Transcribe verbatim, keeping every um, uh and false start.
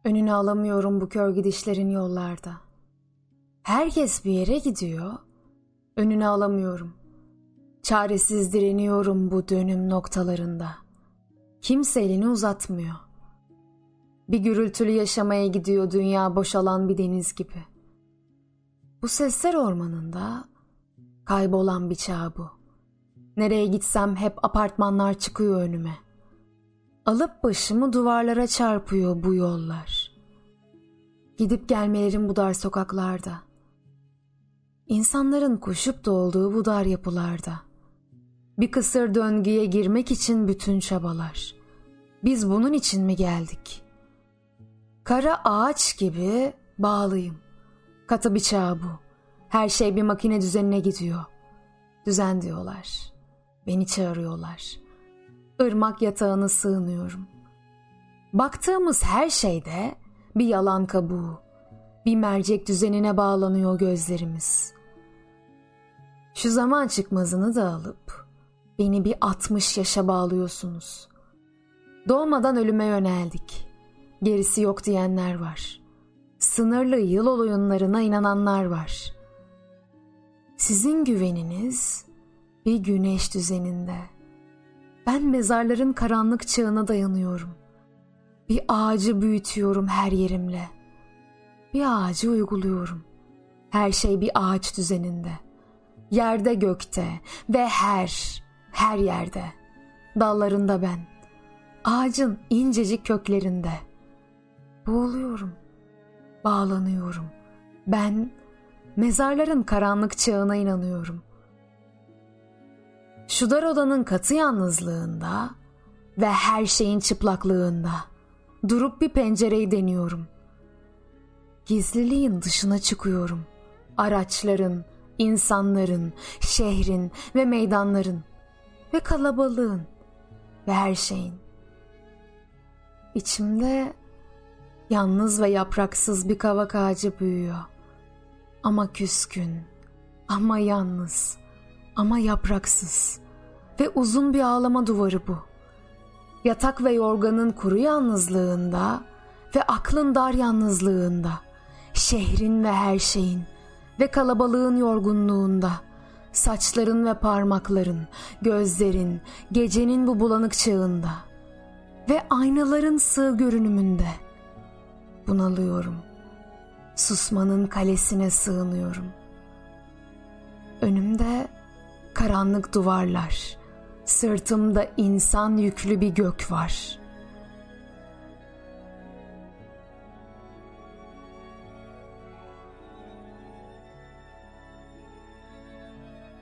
Önünü alamıyorum bu kör gidişlerin yollarda. Herkes bir yere gidiyor, önünü alamıyorum. Çaresiz direniyorum bu dönüm noktalarında. Kimse elini uzatmıyor. Bir gürültülü yaşamaya gidiyor dünya boşalan bir deniz gibi. Bu sesler ormanında kaybolan bir çağ bu. Nereye gitsem hep apartmanlar çıkıyor önüme. Alıp başımı duvarlara çarpıyor bu yollar. Gidip gelmelerim bu dar sokaklarda. İnsanların koşup dolduğu bu dar yapılarda. Bir kısır döngüye girmek için bütün çabalar. Biz bunun için mi geldik? Kara ağaç gibi bağlıyım. Katı bir çağ bu. Her şey bir makine düzenine gidiyor. Düzen diyorlar. Beni çağırıyorlar. Irmak yatağına sığınıyorum. Baktığımız her şeyde bir yalan kabuğu. Bir mercek düzenine bağlanıyor gözlerimiz. Şu zaman çıkmazını da alıp beni bir altmış yaşa bağlıyorsunuz. Doğmadan ölüme yöneldik. Gerisi yok diyenler var. Sınırlı yıl oyunlarına inananlar var. Sizin güveniniz bir güneş düzeninde. Ben mezarların karanlık çağına dayanıyorum. Bir ağacı büyütüyorum her yerimle. Bir ağacı uyguluyorum. Her şey bir ağaç düzeninde. Yerde gökte ve her, her yerde. Dallarında ben. Ağacın incecik köklerinde. Boğuluyorum. Bağlanıyorum. Ben mezarların karanlık çağına inanıyorum. Şu dar odanın katı yalnızlığında ve her şeyin çıplaklığında durup bir pencereyi deniyorum. Gizliliğin dışına çıkıyorum. Araçların, insanların, şehrin ve meydanların ve kalabalığın ve her şeyin. İçimde yalnız ve yapraksız bir kavak ağacı büyüyor. Ama küskün, ama yalnız, ama yapraksız ve uzun bir ağlama duvarı bu. Yatak ve yorganın kuru yalnızlığında ve aklın dar yalnızlığında, şehrin ve her şeyin ve kalabalığın yorgunluğunda, saçların ve parmakların, gözlerin, gecenin bu bulanık çağında ve aynaların sığ görünümünde bunalıyorum. Susmanın kalesine sığınıyorum. Önümde karanlık duvarlar, sırtımda insan yüklü bir gök var.